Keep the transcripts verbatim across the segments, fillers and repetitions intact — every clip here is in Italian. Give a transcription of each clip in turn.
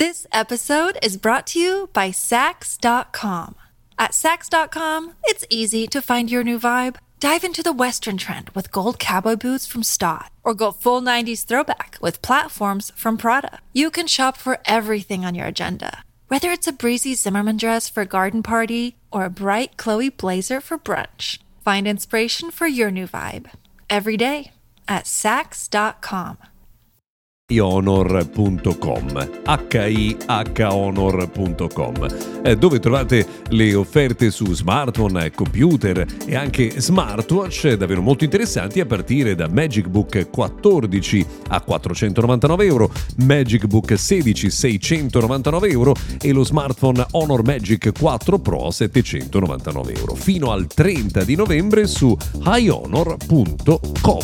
This episode is brought to you by Sax dot com. At Sax dot com, it's easy to find your new vibe. Dive into the Western trend with gold cowboy boots from Stott, or go full nineties throwback with platforms from Prada. You can shop for everything on your agenda, whether it's a breezy Zimmermann dress for a garden party or a bright Chloe blazer for brunch. Find inspiration for your new vibe every day at Sax dot com. Honor punto com, H I H honor punto com, eh, dove trovate le offerte su smartphone, computer e anche smartwatch davvero molto interessanti a partire da Magic Book quattordici a quattrocentonovantanove euro, Magic Book sedici seicentonovantanove euro e lo smartphone Honor Magic quattro Pro a settecentonovantanove euro fino al trenta di novembre su hi honor punto com.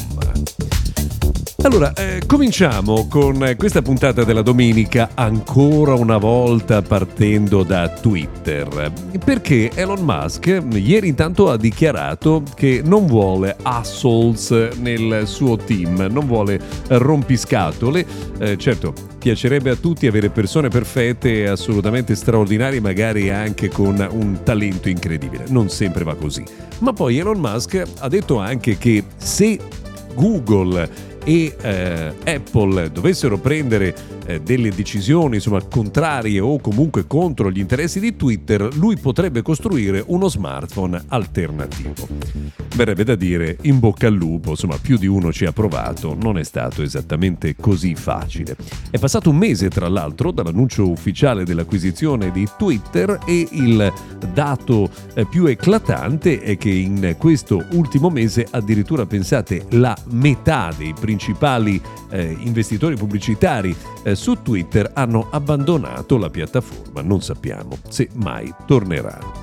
Allora, eh, cominciamo con questa puntata della domenica ancora una volta partendo da Twitter, perché Elon Musk ieri intanto ha dichiarato che non vuole assholes nel suo team, non vuole rompiscatole. Eh, certo, piacerebbe a tutti avere persone perfette e assolutamente straordinarie, magari anche con un talento incredibile, non sempre va così. Ma poi Elon Musk ha detto anche che se Google e eh, Apple dovessero prendere eh, delle decisioni insomma contrarie o comunque contro gli interessi di Twitter, lui potrebbe costruire uno smartphone alternativo. Verrebbe da dire in bocca al lupo, insomma più di uno ci ha provato, non è stato esattamente così facile. È passato un mese tra l'altro dall'annuncio ufficiale dell'acquisizione di Twitter e il dato eh, più eclatante è che in questo ultimo mese addirittura, pensate, la metà dei principali principali eh, investitori pubblicitari eh, su Twitter hanno abbandonato la piattaforma. Non sappiamo se mai torneranno.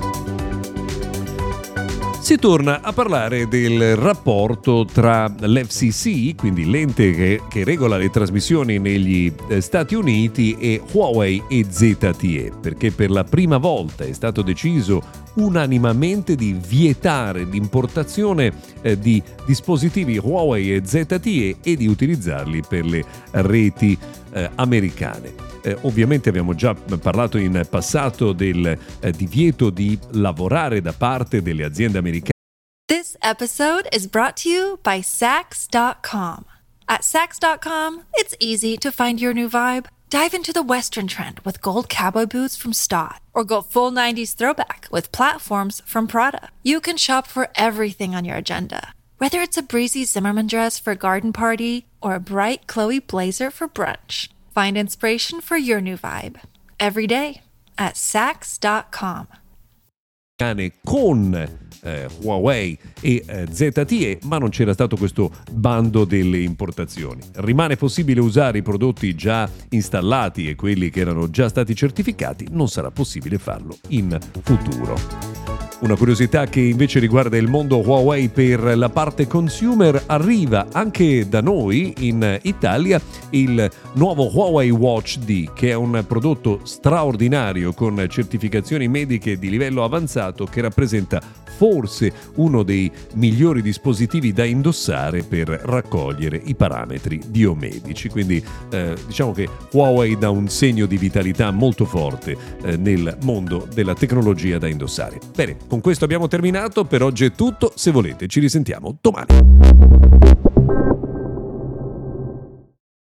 Si torna a parlare del rapporto tra l'F C C, quindi l'ente che, che regola le trasmissioni negli eh, Stati Uniti, e Huawei e Z T E, perché per la prima volta è stato deciso unanimamente di vietare l'importazione eh, di dispositivi Huawei e Z T E e di utilizzarli per le reti eh, americane. Eh, ovviamente abbiamo già parlato in passato del eh, divieto di lavorare da parte delle aziende americane. This episode is brought to you by Sax dot com. At Sax dot com, it's easy to find your new vibe. Dive into the Western trend with gold cowboy boots from Stott, or go full nineties throwback with platforms from Prada. You can shop for everything on your agenda, whether it's a breezy Zimmermann dress for a garden party or a bright Chloe blazer for brunch. Find inspiration for your new vibe every day at Sax dot com. Con eh, Huawei e eh, Z T E, ma non c'era stato questo bando delle importazioni. Rimane possibile usare i prodotti già installati e quelli che erano già stati certificati, non sarà possibile farlo in futuro. Una curiosità che invece riguarda il mondo Huawei per la parte consumer: arriva anche da noi in Italia il nuovo Huawei Watch D, che è un prodotto straordinario con certificazioni mediche di livello avanzato, che rappresenta forse uno dei migliori dispositivi da indossare per raccogliere i parametri biomedici. Quindi eh, diciamo che Huawei dà un segno di vitalità molto forte eh, nel mondo della tecnologia da indossare. Bene, con questo abbiamo terminato. Per oggi è tutto. Se volete ci risentiamo domani.